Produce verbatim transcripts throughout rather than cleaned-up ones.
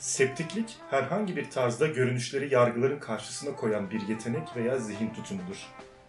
Septiklik, herhangi bir tarzda görünüşleri yargıların karşısına koyan bir yetenek veya zihin tutumudur.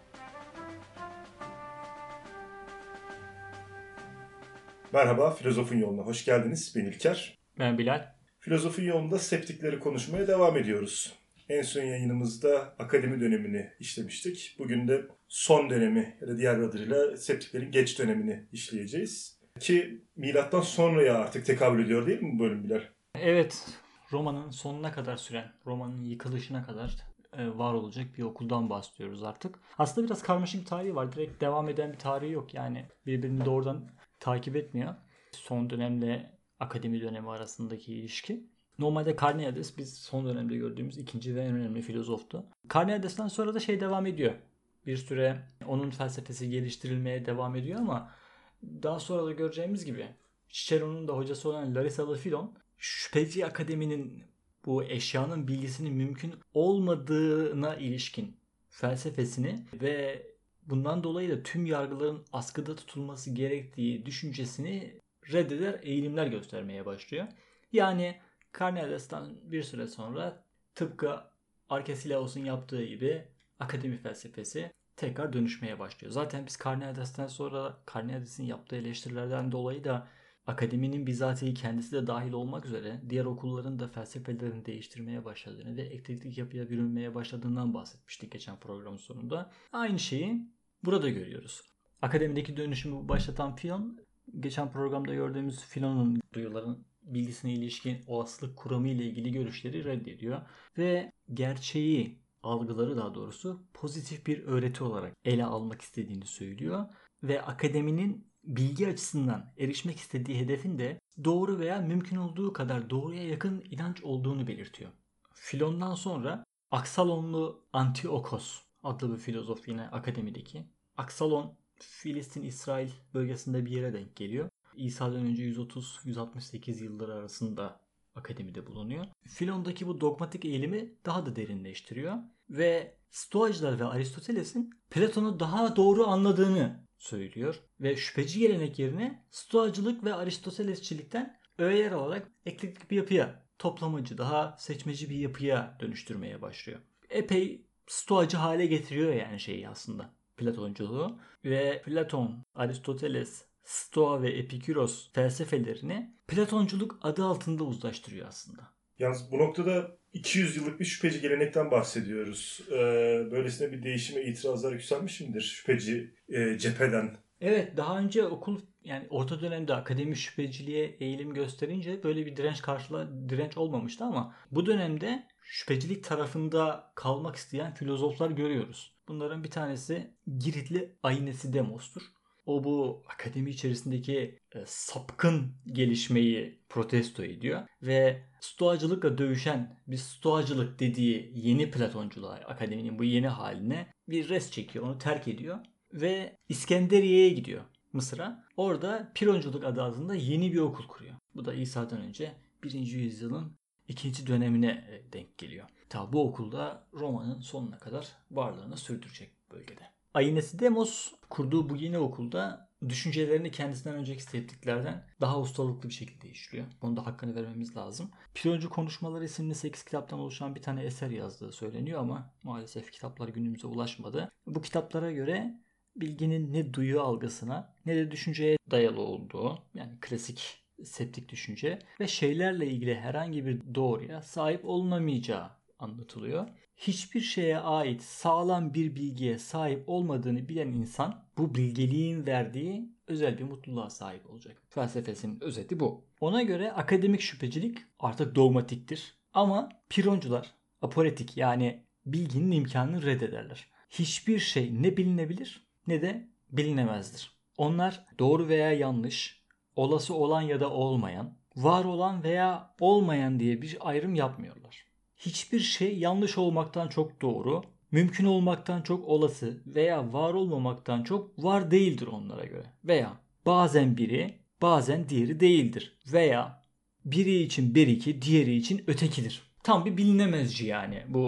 Merhaba, Filozofun Yoluna hoş geldiniz. Ben İlker. Ben Bilal. Filozofun Yolunda septikleri konuşmaya devam ediyoruz. En son yayınımızda akademi dönemini işlemiştik. Bugün de son dönemi ya da diğer adıyla septiklerin geç dönemini işleyeceğiz. Ki milattan sonraya artık tekabül ediyor değil mi bu bölüm Bilal? Evet, Roma'nın sonuna kadar süren, Roma'nın yıkılışına kadar e, var olacak bir okuldan bahsediyoruz artık. Aslında biraz karmaşık bir tarihi var. Direkt devam eden bir tarihi yok. Yani birbirini doğrudan takip etmiyor. Son dönemle akademi dönemi arasındaki ilişki. Normalde Carneades biz son dönemde gördüğümüz ikinci ve en önemli filozoftu. Carneades'ten sonra da şey devam ediyor. Bir süre onun felsefesi geliştirilmeye devam ediyor ama daha sonra da göreceğimiz gibi Cicero'nun da hocası olan Larissalı Filon şüpheci akademinin bu eşyanın bilgisinin mümkün olmadığına ilişkin felsefesini ve bundan dolayı da tüm yargıların askıda tutulması gerektiği düşüncesini reddeder eğilimler göstermeye başlıyor. Yani Carneades'ten bir süre sonra tıpkı Arkesilaos'un yaptığı gibi akademi felsefesi tekrar dönüşmeye başlıyor. Zaten biz Carneades'ten sonra Carneades'in yaptığı eleştirilerden dolayı da akademinin bizatihi kendisi de dahil olmak üzere diğer okulların da felsefelerini değiştirmeye başladığını ve eklektik yapıya bürünmeye başladığından bahsetmiştik geçen programın sonunda. Aynı şeyi burada görüyoruz. Akademideki dönüşümü başlatan Filon, geçen programda gördüğümüz Filon'un duyuların bilgisine ilişkin olasılık kuramı ile ilgili görüşleri reddediyor ve gerçeği, algıları daha doğrusu pozitif bir öğreti olarak ele almak istediğini söylüyor ve akademinin bilgi açısından erişmek istediği hedefin de doğru veya mümkün olduğu kadar doğruya yakın inanç olduğunu belirtiyor. Filon'dan sonra Aksalonlu Antiochos adlı bir filozof yine akademideki. Aksalon Filistin-İsrail bölgesinde bir yere denk geliyor. İsa'dan önce yüz otuz yüz altmış sekiz yılları arasında akademide bulunuyor. Filon'daki bu dogmatik eğilimi daha da derinleştiriyor ve Stoacılar ve Aristoteles'in Platon'u daha doğru anladığını söylüyor ve şüpheci gelenek yerine Stoacılık ve Aristotelesçilikten öğeler alarak eklektik bir yapıya, toplamacı, daha seçmeci bir yapıya dönüştürmeye başlıyor. Epey Stoacı hale getiriyor yani şeyi aslında, Platonculuğu ve Platon, Aristoteles, Stoa ve Epikuros felsefelerini Platonculuk adı altında uzlaştırıyor aslında. Yalnız bu noktada iki yüz yıllık bir şüpheci gelenekten bahsediyoruz. Ee, böylesine bir değişime itirazlar yükselmiş midir şüpheci e, cepheden? Evet, daha önce okul yani orta dönemde akademi şüpheciliğe eğilim gösterince böyle bir direnç karşıla direnç olmamıştı ama bu dönemde şüphecilik tarafında kalmak isteyen filozoflar görüyoruz. Bunların bir tanesi Giritli Ainesidemos'tur. O bu akademi içerisindeki e, sapkın gelişmeyi protesto ediyor ve Stoacılıkla dövüşen bir Stoacılık dediği yeni Platonculuğa, akademinin bu yeni haline bir res çekiyor, onu terk ediyor ve İskenderiye'ye gidiyor, Mısır'a. Orada Pironculuk adı altında yeni bir okul kuruyor. Bu da İsa'dan önce birinci yüzyılın ikinci dönemine denk geliyor. Ta bu okulda Roma'nın sonuna kadar varlığını sürdürecek bölgede. Ainesidemos kurduğu bu yeni okulda düşüncelerini kendisinden önceki septiklerden daha ustalıklı bir şekilde işliyor. Onun da hakkını vermemiz lazım. Pironcu Konuşmaları isimli sekiz kitaptan oluşan bir tane eser yazdığı söyleniyor ama maalesef kitaplar günümüze ulaşmadı. Bu kitaplara göre bilginin ne duyu algısına ne de düşünceye dayalı olduğu, yani klasik septik düşünce ve şeylerle ilgili herhangi bir doğruya sahip olunamayacağı anlatılıyor. Hiçbir şeye ait sağlam bir bilgiye sahip olmadığını bilen insan bu bilgeliğin verdiği özel bir mutluluğa sahip olacak. Felsefesinin özeti bu. Ona göre akademik şüphecilik artık dogmatiktir. Ama Pironcular aporetik, yani bilginin imkanını reddederler. Hiçbir şey ne bilinebilir ne de bilinemezdir. Onlar doğru veya yanlış, olası olan ya da olmayan, var olan veya olmayan diye bir ayrım yapmıyorlar. Hiçbir şey yanlış olmaktan çok doğru, mümkün olmaktan çok olası veya var olmamaktan çok var değildir onlara göre. Veya bazen biri, bazen diğeri değildir. Veya biri için bir iki, diğeri için ötekidir. Tam bir bilinemezci yani bu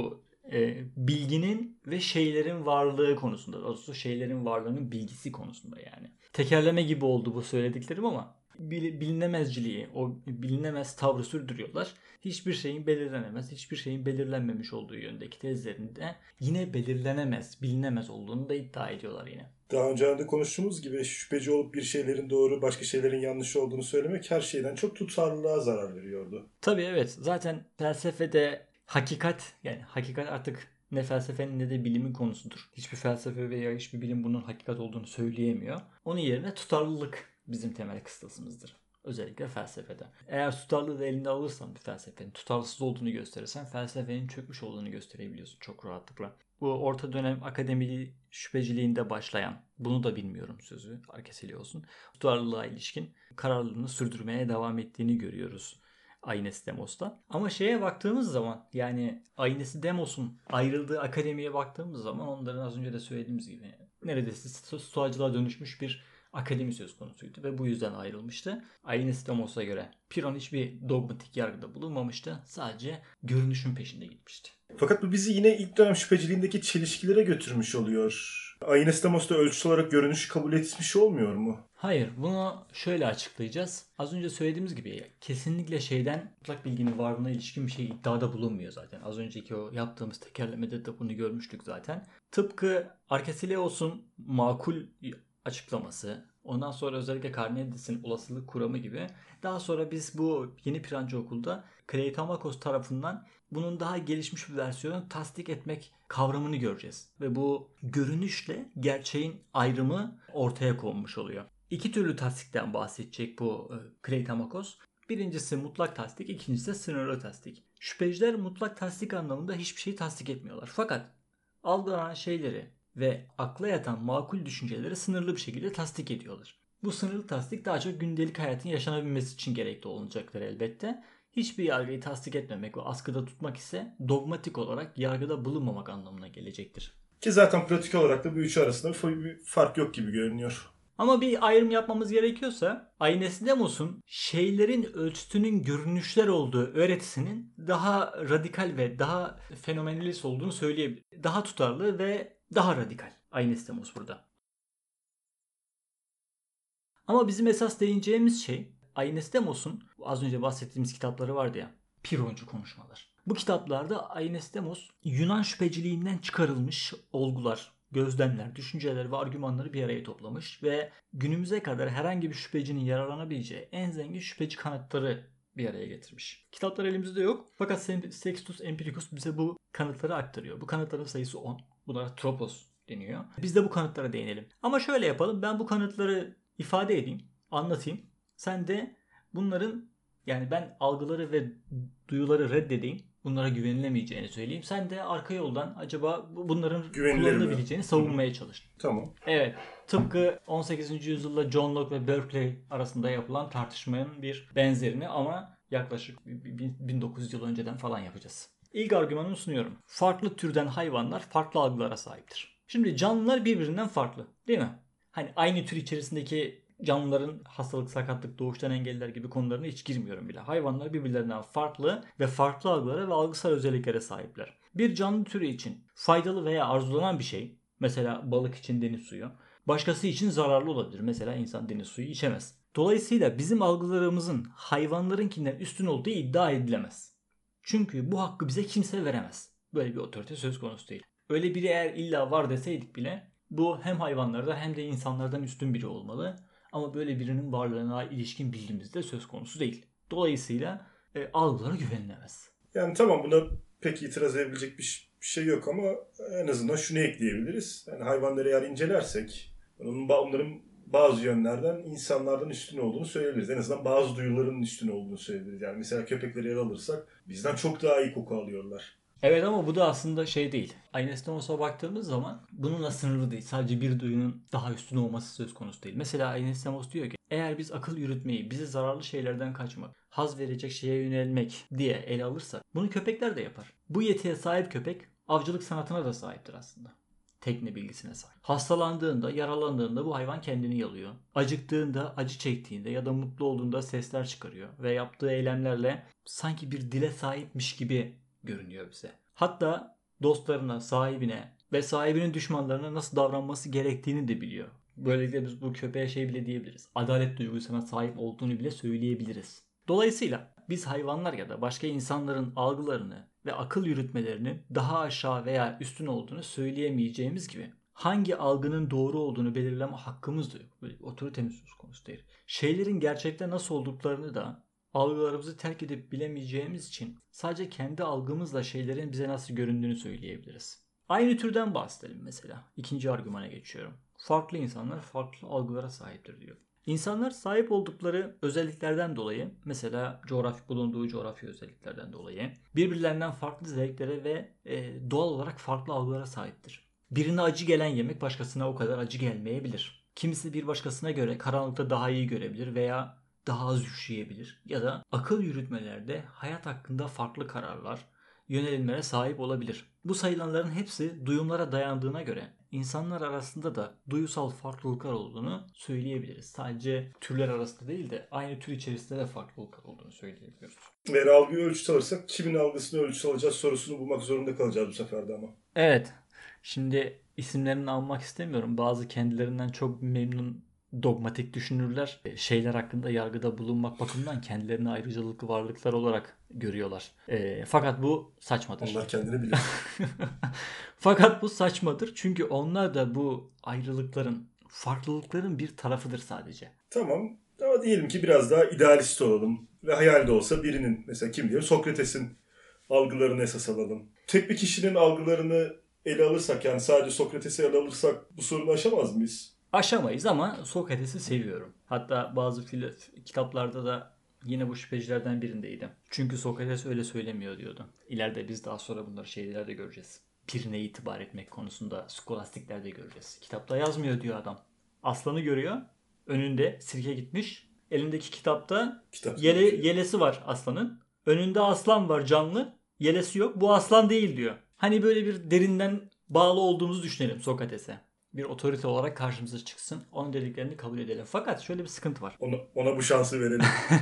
e, bilginin ve şeylerin varlığı konusunda. Doğrusu şeylerin varlığının bilgisi konusunda yani. Tekerleme gibi oldu bu söylediklerim ama bil- bilinemezciliği, o bilinemez tavrı sürdürüyorlar. Hiçbir şeyin belirlenemez, hiçbir şeyin belirlenmemiş olduğu yöndeki tezlerinde yine belirlenemez, bilinemez olduğunu da iddia ediyorlar yine. Daha önce de konuştuğumuz gibi şüpheci olup bir şeylerin doğru, başka şeylerin yanlış olduğunu söylemek her şeyden çok tutarlılığa zarar veriyordu. Tabii evet. Zaten felsefede hakikat, yani hakikat artık ne felsefenin ne de bilimin konusudur. Hiçbir felsefe veya hiçbir bilim bunun hakikat olduğunu söyleyemiyor. Onun yerine tutarlılık bizim temel kıstasımızdır. Özellikle felsefede. Eğer tutarlılığı da elinde alırsan bir felsefenin tutarlısız olduğunu gösterirsen felsefenin çökmüş olduğunu gösterebiliyorsun çok rahatlıkla. Bu orta dönem akademili şüpheciliğinde başlayan, bunu da bilmiyorum sözü Arkesilios'un, tutarlılığa ilişkin kararlılığını sürdürmeye devam ettiğini görüyoruz Aeneas Demos'ta. Ama şeye baktığımız zaman, yani Aeneas Demos'un ayrıldığı akademiye baktığımız zaman onların az önce de söylediğimiz gibi neredeyse stoacılığa dönüşmüş bir akademi söz konusuydu ve bu yüzden ayrılmıştı. Aeneas Demos'a göre Piron hiçbir dogmatik yargıda bulunmamıştı. Sadece görünüşün peşinde gitmişti. Fakat bu bizi yine ilk dönem şüpheciliğindeki çelişkilere götürmüş oluyor. Aeneas Demos'ta ölçüsü olarak görünüş kabul etmiş olmuyor mu? Hayır, bunu şöyle açıklayacağız. Az önce söylediğimiz gibi kesinlikle şeyden mutlak bilginin varlığına ilişkin bir şey iddiada bulunmuyor zaten. Az önceki o yaptığımız tekerlemede de bunu görmüştük zaten. Tıpkı Arkesileos'un makul açıklaması, ondan sonra özellikle Carneades'in olasılık kuramı gibi. Daha sonra biz bu yeni Pirancı okulda Kleitomakos tarafından bunun daha gelişmiş bir versiyonu tasdik etmek kavramını göreceğiz. Ve bu görünüşle gerçeğin ayrımı ortaya konmuş oluyor. İki türlü tasdikten bahsedecek bu Kleitomakos. Birincisi mutlak tasdik, ikincisi sınırlı tasdik. Şüpheciler mutlak tasdik anlamında hiçbir şeyi tasdik etmiyorlar. Fakat algılanan şeyleri ve akla yatan makul düşünceleri sınırlı bir şekilde tasdik ediyorlar. Bu sınırlı tasdik daha çok gündelik hayatın yaşanabilmesi için gerekli olacaktır elbette. Hiçbir yargıyı tasdik etmemek ve askıda tutmak ise dogmatik olarak yargıda bulunmamak anlamına gelecektir. Ki zaten pratik olarak da bu üçü arasında bir fark yok gibi görünüyor. Ama bir ayrım yapmamız gerekiyorsa Aeneas Demos'un şeylerin ölçütünün görünüşler olduğu öğretisinin daha radikal ve daha fenomenalist olduğunu söyleyebiliriz. Daha tutarlı ve daha radikal Aeneas Demos burada. Ama bizim esas değineceğimiz şey Aeneas Demos'un az önce bahsettiğimiz kitapları vardı ya, Pironcu konuşmalar. Bu kitaplarda Aeneas Demos Yunan şüpheciliğinden çıkarılmış olgular, gözlemler, düşünceler ve argümanları bir araya toplamış ve günümüze kadar herhangi bir şüphecinin yararlanabileceği en zengin şüpheci kanıtları bir araya getirmiş. Kitaplar elimizde yok fakat Sextus Empiricus bize bu kanıtları aktarıyor. Bu kanıtların sayısı on. Bunlara tropos deniyor. Biz de bu kanıtlara değinelim. Ama şöyle yapalım. Ben bu kanıtları ifade edeyim, anlatayım. Sen de bunların, yani ben algıları ve duyuları reddedeyim, bunlara güvenilemeyeceğini söyleyeyim. Sen de arka yoldan acaba bunların kullanılabileceğini savunmaya çalış. Tamam. Evet. Tıpkı on sekizinci yüzyılda John Locke ve Berkeley arasında yapılan tartışmanın bir benzerini ama yaklaşık bin dokuz yüz yıl önceden falan yapacağız. İlk argümanımı sunuyorum. Farklı türden hayvanlar farklı algılara sahiptir. Şimdi canlılar birbirinden farklı, değil mi? Hani aynı tür içerisindeki canlıların hastalık, sakatlık, doğuştan engeller gibi konularına hiç girmiyorum bile. Hayvanlar birbirlerinden farklı ve farklı algılara ve algısal özelliklere sahipler. Bir canlı türü için faydalı veya arzulanan bir şey, mesela balık için deniz suyu, başkası için zararlı olabilir. Mesela insan deniz suyu içemez. Dolayısıyla bizim algılarımızın hayvanlarınkinden üstün olduğu iddia edilemez. Çünkü bu hakkı bize kimse veremez. Böyle bir otorite söz konusu değil. Öyle biri eğer illa var deseydik bile bu hem hayvanlardan hem de insanlardan üstün biri olmalı. Ama böyle birinin varlığına ilişkin bilgimiz de söz konusu değil. Dolayısıyla e, algılara güvenilemez. Yani tamam, buna pek itiraz edebilecek bir şey yok ama en azından şunu ekleyebiliriz. Yani hayvanları eğer incelersek onların bazı yönlerden insanlardan üstün olduğunu söyleyebiliriz. En azından bazı duyuların üstün olduğunu söyleyebiliriz. Yani mesela köpekleri ele alırsak bizden çok daha iyi koku alıyorlar. Evet ama bu da aslında şey değil. Aeneas Demos'a baktığımız zaman bununla sınırlı değil. Sadece bir duyunun daha üstün olması söz konusu değil. Mesela Aeneas Demos diyor ki eğer biz akıl yürütmeyi, bize zararlı şeylerden kaçmak, haz verecek şeye yönelmek diye ele alırsak bunu köpekler de yapar. Bu yetiye sahip köpek avcılık sanatına da sahiptir aslında. Tekne bilgisine sahip. Hastalandığında, yaralandığında bu hayvan kendini yalıyor. Acıktığında, acı çektiğinde ya da mutlu olduğunda sesler çıkarıyor. Ve yaptığı eylemlerle sanki bir dile sahipmiş gibi görünüyor bize. Hatta dostlarına, sahibine ve sahibinin düşmanlarına nasıl davranması gerektiğini de biliyor. Böylelikle biz bu köpeğe şey bile diyebiliriz. Adalet duygusuna sahip olduğunu bile söyleyebiliriz. Dolayısıyla biz hayvanlar ya da başka insanların algılarını ve akıl yürütmelerinin daha aşağı veya üstün olduğunu söyleyemeyeceğimiz gibi hangi algının doğru olduğunu belirleme hakkımız da yok. Böyle otoritemiz söz konusu değil. Şeylerin gerçekte nasıl olduklarını da algılarımızı terk edip bilemeyeceğimiz için sadece kendi algımızla şeylerin bize nasıl göründüğünü söyleyebiliriz. Aynı türden bahsedelim mesela. İkinci argümana geçiyorum. Farklı insanlar farklı algılara sahiptir diyor. İnsanlar sahip oldukları özelliklerden dolayı, mesela coğrafi bulunduğu coğrafi özelliklerden dolayı birbirlerinden farklı zevklere ve e, doğal olarak farklı algılara sahiptir. Birine acı gelen yemek başkasına o kadar acı gelmeyebilir. Kimisi bir başkasına göre karanlıkta daha iyi görebilir veya daha az üşüyebilir. Ya da akıl yürütmelerde hayat hakkında farklı kararlar, yönelimlere sahip olabilir. Bu sayılanların hepsi duyumlara dayandığına göre insanlar arasında da duyusal farklılıklar olduğunu söyleyebiliriz. Sadece türler arasında değil de aynı tür içerisinde de farklılıklar olduğunu söyleyebiliyoruz. Eğer algıyı ölçüt alırsak kimin algısını ölçüt alacağız sorusunu bulmak zorunda kalacağız bu sefer de ama. Evet. Şimdi isimlerini almak istemiyorum. Bazı kendilerinden çok memnun dogmatik düşünürler şeyler hakkında yargıda bulunmak bakımından kendilerini ayrıcalıklı varlıklar olarak görüyorlar. E, fakat bu saçmadır. Allah kendini bilir. Fakat bu saçmadır çünkü onlar da bu ayrılıkların, farklılıkların bir tarafıdır sadece. Tamam ama diyelim ki biraz daha idealist olalım ve hayal de olsa birinin, mesela kim diyor, Sokrates'in algılarını esas alalım. Tek bir kişinin algılarını ele alırsak, yani sadece Sokrates'i ele alırsak bu sorunu aşamaz mıyız? Aşamayız ama Sokrates'i seviyorum. Hatta bazı fil- kitaplarda da yine bu şüphecilerden birindeydim. Çünkü Sokrates öyle söylemiyor diyordu. İleride biz daha sonra bunları şeylerde göreceğiz. Birine itibar etmek konusunda skolastiklerde göreceğiz. Kitapta yazmıyor diyor adam. Aslanı görüyor. Önünde sirke gitmiş. Elindeki kitapta Kitap yele, yelesi var aslanın. Önünde aslan var canlı. Yelesi yok. Bu aslan değil diyor. Hani böyle bir derinden bağlı olduğumuzu düşünelim Sokrates'e. Bir otorite olarak karşımıza çıksın. Onun dediklerini kabul edelim. Fakat şöyle bir sıkıntı var. Ona, ona bu şansı verelim.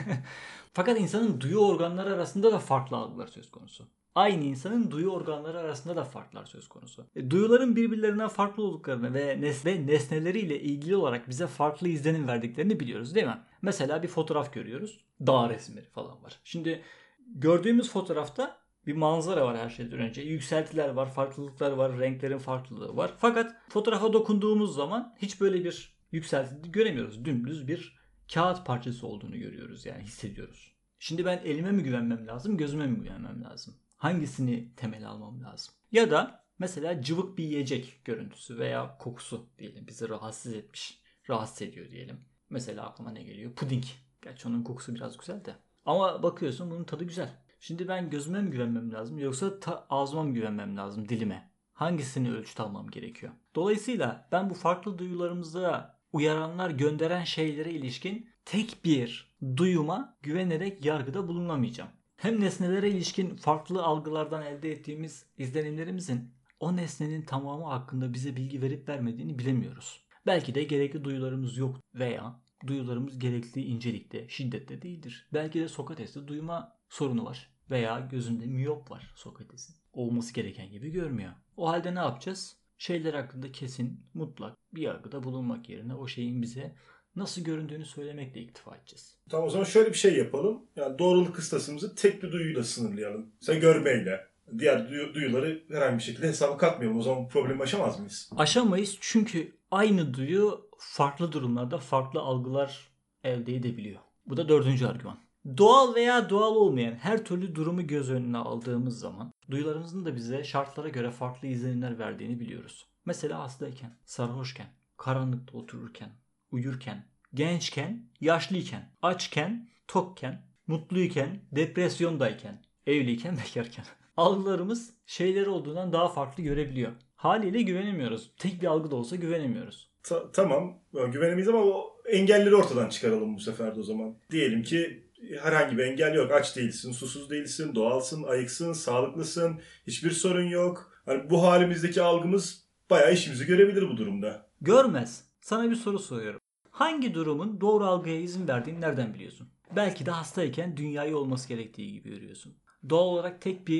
Fakat insanın duyu organları arasında da farklı algılar söz konusu. Aynı insanın duyu organları arasında da farklar söz konusu. E, duyuların birbirlerinden farklı olduklarını ve nesne nesneleriyle ilgili olarak bize farklı izlenim verdiklerini biliyoruz değil mi? Mesela bir fotoğraf görüyoruz. Dağ resimleri falan var. Şimdi gördüğümüz fotoğrafta bir manzara var her şeyden önce. Yükseltiler var, farklılıklar var, renklerin farklılığı var. Fakat fotoğrafa dokunduğumuz zaman hiç böyle bir yükselti göremiyoruz. Dümdüz bir kağıt parçası olduğunu görüyoruz, yani hissediyoruz. Şimdi ben elime mi güvenmem lazım, gözüme mi güvenmem lazım? Hangisini temel almam lazım? Ya da mesela cıvık bir yiyecek görüntüsü veya kokusu diyelim bizi rahatsız etmiş, rahatsız ediyor diyelim. Mesela aklıma ne geliyor? Puding. Gerçi onun kokusu biraz güzel de. Ama bakıyorsun bunun tadı güzel. Şimdi ben gözüme mi güvenmem lazım yoksa ta- ağzıma mı güvenmem lazım, dilime? Hangisini ölçüt almam gerekiyor? Dolayısıyla ben bu farklı duyularımıza uyaranlar gönderen şeylere ilişkin tek bir duyuma güvenerek yargıda bulunamayacağım. Hem nesnelere ilişkin farklı algılardan elde ettiğimiz izlenimlerimizin o nesnenin tamamı hakkında bize bilgi verip vermediğini bilemiyoruz. Belki de gerekli duyularımız yok veya duyularımız gerekli incelikte, şiddette değildir. Belki de Sokrates'te duyma sorunu var veya gözünde miyop var Sokrates'in. Olması gereken gibi görmüyor. O halde ne yapacağız? Şeyler hakkında kesin, mutlak bir yargıda bulunmak yerine o şeyin bize nasıl göründüğünü söylemekle iktifa edeceğiz. Tamam, o zaman şöyle bir şey yapalım. Yani doğruluk kıstasımızı tek bir duyuyla sınırlayalım. Sen görmeyle. Diğer duyu- duyuları herhangi bir şekilde hesaba katmayalım. O zaman bu problemi aşamaz mıyız? Aşamayız çünkü aynı duyu farklı durumlarda farklı algılar elde edebiliyor. Bu da dördüncü argüman. Doğal veya doğal olmayan her türlü durumu göz önüne aldığımız zaman duyularımızın da bize şartlara göre farklı izlenimler verdiğini biliyoruz. Mesela hastayken, sarhoşken, karanlıkta otururken, uyurken, gençken, yaşlıyken, açken, tokken, mutluyken, depresyondayken, evliyken, bekarken. Algılarımız şeyleri olduğundan daha farklı görebiliyor. Haliyle güvenemiyoruz. Tek bir algı da olsa güvenemiyoruz. Ta- tamam, güvenemeyiz ama o engelleri ortadan çıkaralım bu sefer de o zaman. Diyelim ki herhangi bir engel yok. Aç değilsin, susuz değilsin, doğalsın, ayıksın, sağlıklısın. Hiçbir sorun yok. Hani bu halimizdeki algımız bayağı işimizi görebilir bu durumda. Görmez. Sana bir soru soruyorum. Hangi durumun doğru algıya izin verdiğini nereden biliyorsun? Belki de hastayken dünyayı olması gerektiği gibi görüyorsun. Doğal olarak tek bir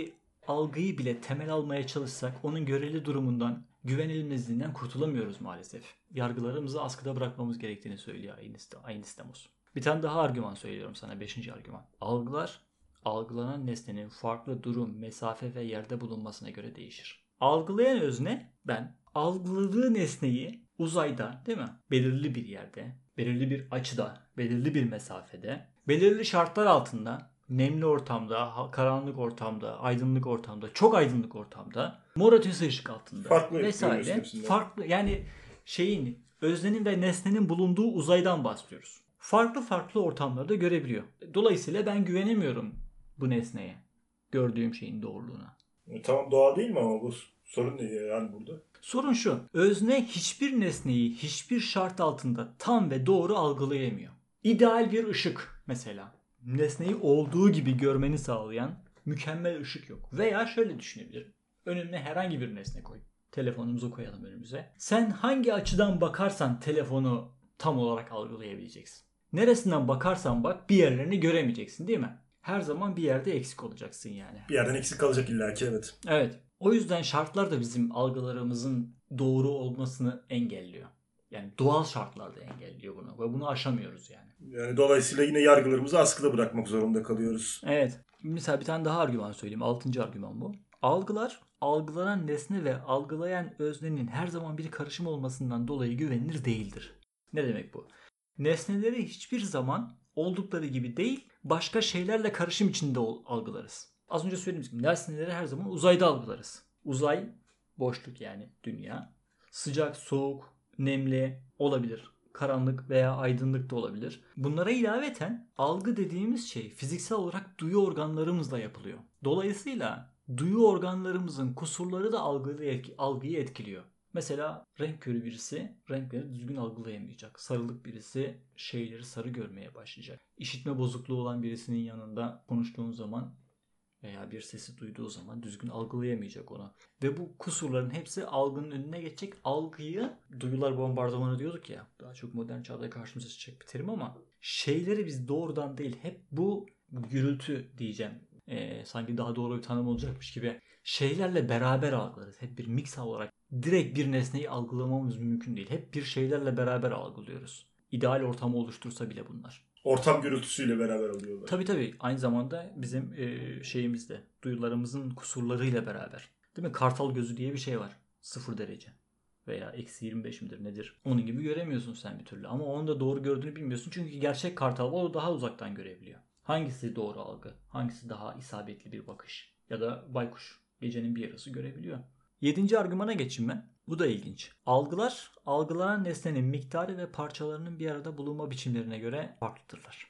algıyı bile temel almaya çalışsak onun göreli durumundan, güvenilmezliğinden kurtulamıyoruz maalesef. Yargılarımızı askıda bırakmamız gerektiğini söylüyor Einstein. Bir tane daha argüman söylüyorum sana. Beşinci argüman. Algılar, algılanan nesnenin farklı durum, mesafe ve yerde bulunmasına göre değişir. Algılayan özne, ben, algıladığı nesneyi uzayda, değil mi? Belirli bir yerde, belirli bir açıda, belirli bir mesafede, belirli şartlar altında, nemli ortamda, karanlık ortamda, aydınlık ortamda, çok aydınlık ortamda, mor ötesi ışık altında Farklı vesaire. Farklı, yani şeyin, öznenin ve nesnenin bulunduğu uzaydan bahsediyoruz. Farklı farklı ortamlarda görebiliyor. Dolayısıyla ben güvenemiyorum bu nesneye, gördüğüm şeyin doğruluğuna. E, tamam, doğal değil mi ama bu sorun ne yani burada? Sorun şu. Özne hiçbir nesneyi hiçbir şart altında tam ve doğru algılayamıyor. İdeal bir ışık mesela. Nesneyi olduğu gibi görmeni sağlayan mükemmel ışık yok. Veya şöyle düşünebilirim. Önüne herhangi bir nesne koy. Telefonumuzu koyalım önümüze. Sen hangi açıdan bakarsan telefonu tam olarak algılayabileceksin. Neresinden bakarsan bak bir yerlerini göremeyeceksin, değil mi? Her zaman bir yerde eksik olacaksın yani. Bir yerden eksik kalacak illaki, evet. Evet. O yüzden şartlar da bizim algılarımızın doğru olmasını engelliyor. Yani doğal şartlar da engelliyor bunu ve bunu aşamıyoruz yani. Yani dolayısıyla yine yargılarımızı askıda bırakmak zorunda kalıyoruz. Evet. Mesela bir tane daha argüman söyleyeyim. Altıncı argüman bu. Algılar, algılanan nesne ve algılayan öznenin her zaman bir karışım olmasından dolayı güvenilir değildir. Ne demek bu? Nesneleri hiçbir zaman oldukları gibi değil, başka şeylerle karışım içinde algılarız. Az önce söylediğimiz gibi nesneleri her zaman uzayda algılarız. Uzay, boşluk yani dünya. Sıcak, soğuk, nemli olabilir. Karanlık veya aydınlık da olabilir. Bunlara ilaveten algı dediğimiz şey fiziksel olarak duyu organlarımızla yapılıyor. Dolayısıyla duyu organlarımızın kusurları da algıyı etkiliyor. Mesela renk körü birisi renkleri düzgün algılayamayacak. Sarılık birisi şeyleri sarı görmeye başlayacak. İşitme bozukluğu olan birisinin yanında konuştuğun zaman veya bir sesi duyduğu zaman düzgün algılayamayacak onu. Ve bu kusurların hepsi algının önüne geçecek. Algıyı, duyular bombardımanı diyorduk ya, daha çok modern çağda karşımıza çıkacak bir terim ama şeyleri biz doğrudan değil, hep bu gürültü diyeceğim. Ee, sanki daha doğru bir tanım olacakmış gibi. Şeylerle beraber algılarız. Hep bir mix olarak. Direkt bir nesneyi algılamamız mümkün değil. Hep bir şeylerle beraber algılıyoruz. İdeal ortamı oluştursa bile bunlar. Ortam gürültüsüyle beraber oluyorlar. Tabii tabii. Aynı zamanda bizim e, şeyimizde, duyularımızın kusurlarıyla beraber. Değil mi? Kartal gözü diye bir şey var. Sıfır derece. Veya eksi yirmi beş midir nedir? Onun gibi göremiyorsun sen bir türlü. Ama onu da doğru gördüğünü bilmiyorsun. Çünkü gerçek kartal o daha uzaktan görebiliyor. Hangisi doğru algı? Hangisi daha isabetli bir bakış? Ya da baykuş gecenin bir yarısı görebiliyor. Yedinci argümana geçeyim ben. Bu da ilginç. Algılar, algılanan nesnenin miktarı ve parçalarının bir arada bulunma biçimlerine göre farklıdırlar.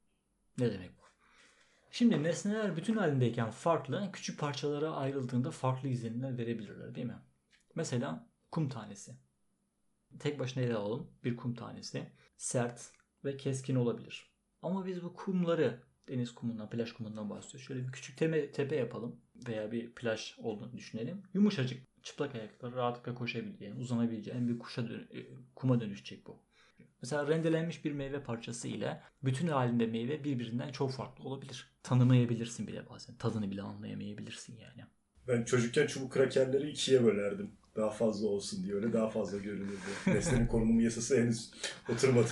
Ne demek bu? Şimdi nesneler bütün halindeyken farklı, küçük parçalara ayrıldığında farklı izlenimler verebilirler, değil mi? Mesela kum tanesi. Tek başına ele alalım. Bir kum tanesi sert ve keskin olabilir. Ama biz bu kumları, deniz kumundan, plaj kumundan bahsediyoruz. Şöyle bir küçük tepe, tepe yapalım veya bir plaj olduğunu düşünelim. Yumuşacık, çıplak ayaklar rahatlıkla koşabileceğin, uzanabileceğin bir kuşa dön- kuma dönüşecek bu. Mesela rendelenmiş bir meyve parçası ile bütün halinde meyve birbirinden çok farklı olabilir. Tanımayabilirsin bile bazen. Tadını bile anlayamayabilirsin yani. Ben çocukken çubuk krakerleri ikiye bölerdim. Daha fazla olsun diye, öyle daha fazla görünürdü. Nesnenin korunumu yasası henüz oturmadı.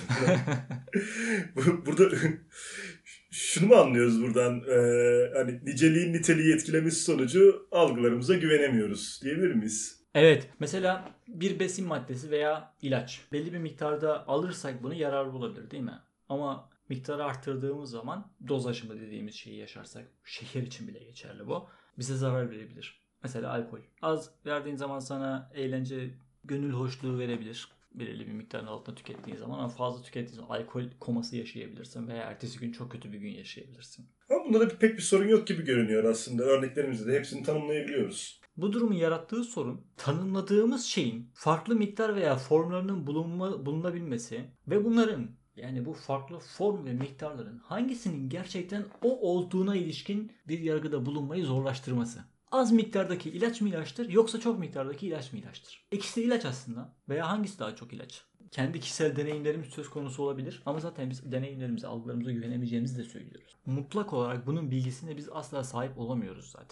Burada şunu mu anlıyoruz buradan? Ee, hani niceliğin niteliği etkilemesi sonucu algılarımıza güvenemiyoruz diyebilir miyiz? Evet. Mesela bir besin maddesi veya ilaç. Belli bir miktarda alırsak bunu yararlı olabilir, değil mi? Ama miktarı arttırdığımız zaman doz aşımı dediğimiz şeyi yaşarsak, şeker için bile geçerli bu, bize zarar verebilir. Mesela alkol. Az verdiğin zaman sana eğlence, gönül hoşluğu verebilir. Belirli bir miktarın altında tükettiğin zaman, ama fazla tükettiğin zaman alkol koması yaşayabilirsin veya ertesi gün çok kötü bir gün yaşayabilirsin. Ama bunda da pek bir sorun yok gibi görünüyor aslında. Örneklerimizde de hepsini tanımlayabiliyoruz. Bu durumun yarattığı sorun, tanımladığımız şeyin farklı miktar veya formlarının bulunma, bulunabilmesi ve bunların, yani bu farklı form ve miktarların hangisinin gerçekten o olduğuna ilişkin bir yargıda bulunmayı zorlaştırması. Az miktardaki ilaç mı ilaçtır, yoksa çok miktardaki ilaç mı ilaçtır? İkisi de ilaç aslında, veya hangisi daha çok ilaç? Kendi kişisel deneyimlerimiz söz konusu olabilir ama zaten biz deneyimlerimize, algılarımıza güvenemeyeceğimizi de söylüyoruz. Mutlak olarak bunun bilgisine biz asla sahip olamıyoruz zaten.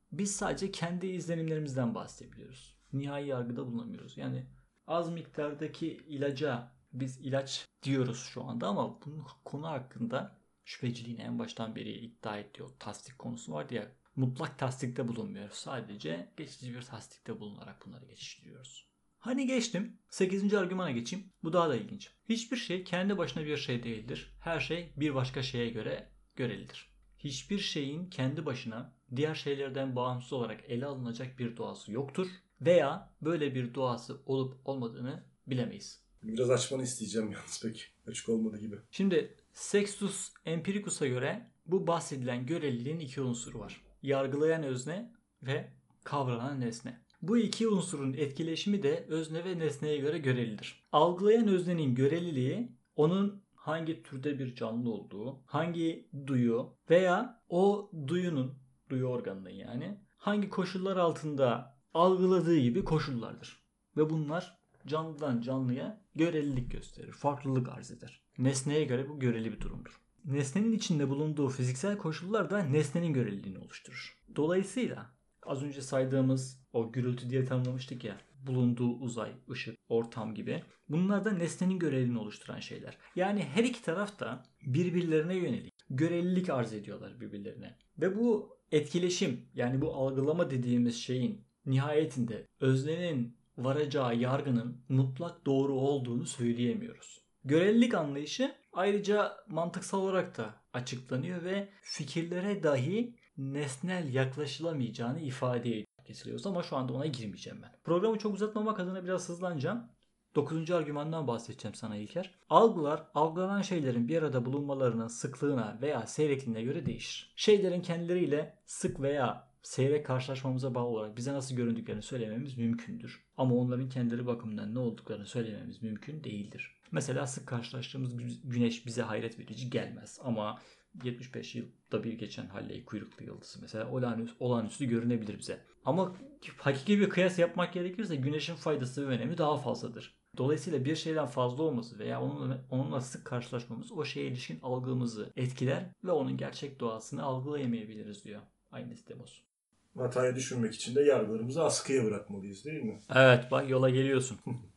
Biz sadece kendi izlenimlerimizden bahsedebiliyoruz. Nihai yargıda bulunamıyoruz. Yani az miktardaki ilaca biz ilaç diyoruz şu anda ama bunun konu hakkında şüpheciliğini en baştan beri iddia ettiği o tasdik konusu vardı ya. Mutlak tasdikte bulunmuyoruz. Sadece geçici bir tasdikte bulunarak bunları geçiştiriyoruz. Hani geçtim. sekizinci argümana geçeyim. Bu daha da ilginç. Hiçbir şey kendi başına bir şey değildir. Her şey bir başka şeye göre görelidir. Hiçbir şeyin kendi başına diğer şeylerden bağımsız olarak ele alınacak bir doğası yoktur. Veya böyle bir doğası olup olmadığını bilemeyiz. Biraz açmanı isteyeceğim yalnız pek. Açık olmadı gibi. Şimdi Sextus Empiricus'a göre bu bahsedilen göreliliğin iki unsuru var. Yargılayan özne ve kavranan nesne. Bu iki unsurun etkileşimi de özne ve nesneye göre görelidir. Algılayan öznenin göreliliği onun hangi türde bir canlı olduğu, hangi duyu veya o duyunun, duyu organının yani, hangi koşullar altında algıladığı gibi koşullardır. Ve bunlar canlıdan canlıya görelilik gösterir, farklılık arz eder. Nesneye göre bu göreli bir durumdur. Nesnenin içinde bulunduğu fiziksel koşullar da nesnenin göreliliğini oluşturur. Dolayısıyla az önce saydığımız o gürültü diye tanımlamıştık ya, bulunduğu uzay, ışık, ortam gibi. Bunlar da nesnenin göreliliğini oluşturan şeyler. Yani her iki taraf da birbirlerine yönelik görelilik arz ediyorlar birbirlerine. Ve bu etkileşim, yani bu algılama dediğimiz şeyin nihayetinde öznenin varacağı yargının mutlak doğru olduğunu söyleyemiyoruz. Görelilik anlayışı ayrıca mantıksal olarak da açıklanıyor ve fikirlere dahi nesnel yaklaşılamayacağını ifade ediyor kesiliyoruz ama şu anda ona girmeyeceğim ben. Programı çok uzatmamak adına biraz hızlanacağım. Dokuzuncu argümandan bahsedeceğim sana İlker. Algılar, algılanan şeylerin bir arada bulunmalarının sıklığına veya seyrekliğine göre değişir. Şeylerin kendileriyle sık veya seyrek karşılaşmamıza bağlı olarak bize nasıl göründüklerini söylememiz mümkündür. Ama onların kendileri bakımından ne olduklarını söylememiz mümkün değildir. Mesela sık karşılaştığımız güneş bize hayret verici gelmez ama yetmiş beş yılda bir geçen Halley kuyruklu yıldızı mesela olağanüstü, olağanüstü görünebilir bize. Ama hakiki bir kıyas yapmak gerekirse güneşin faydası ve önemi daha fazladır. Dolayısıyla bir şeyden fazla olması veya onunla, onunla sık karşılaşmamız o şeye ilişkin algımızı etkiler ve onun gerçek doğasını algılayamayabiliriz diyor Aeneas Demos. Hataya düşürmek için de yargılarımızı askıya bırakmalıyız değil mi? Evet, bak yola geliyorsun.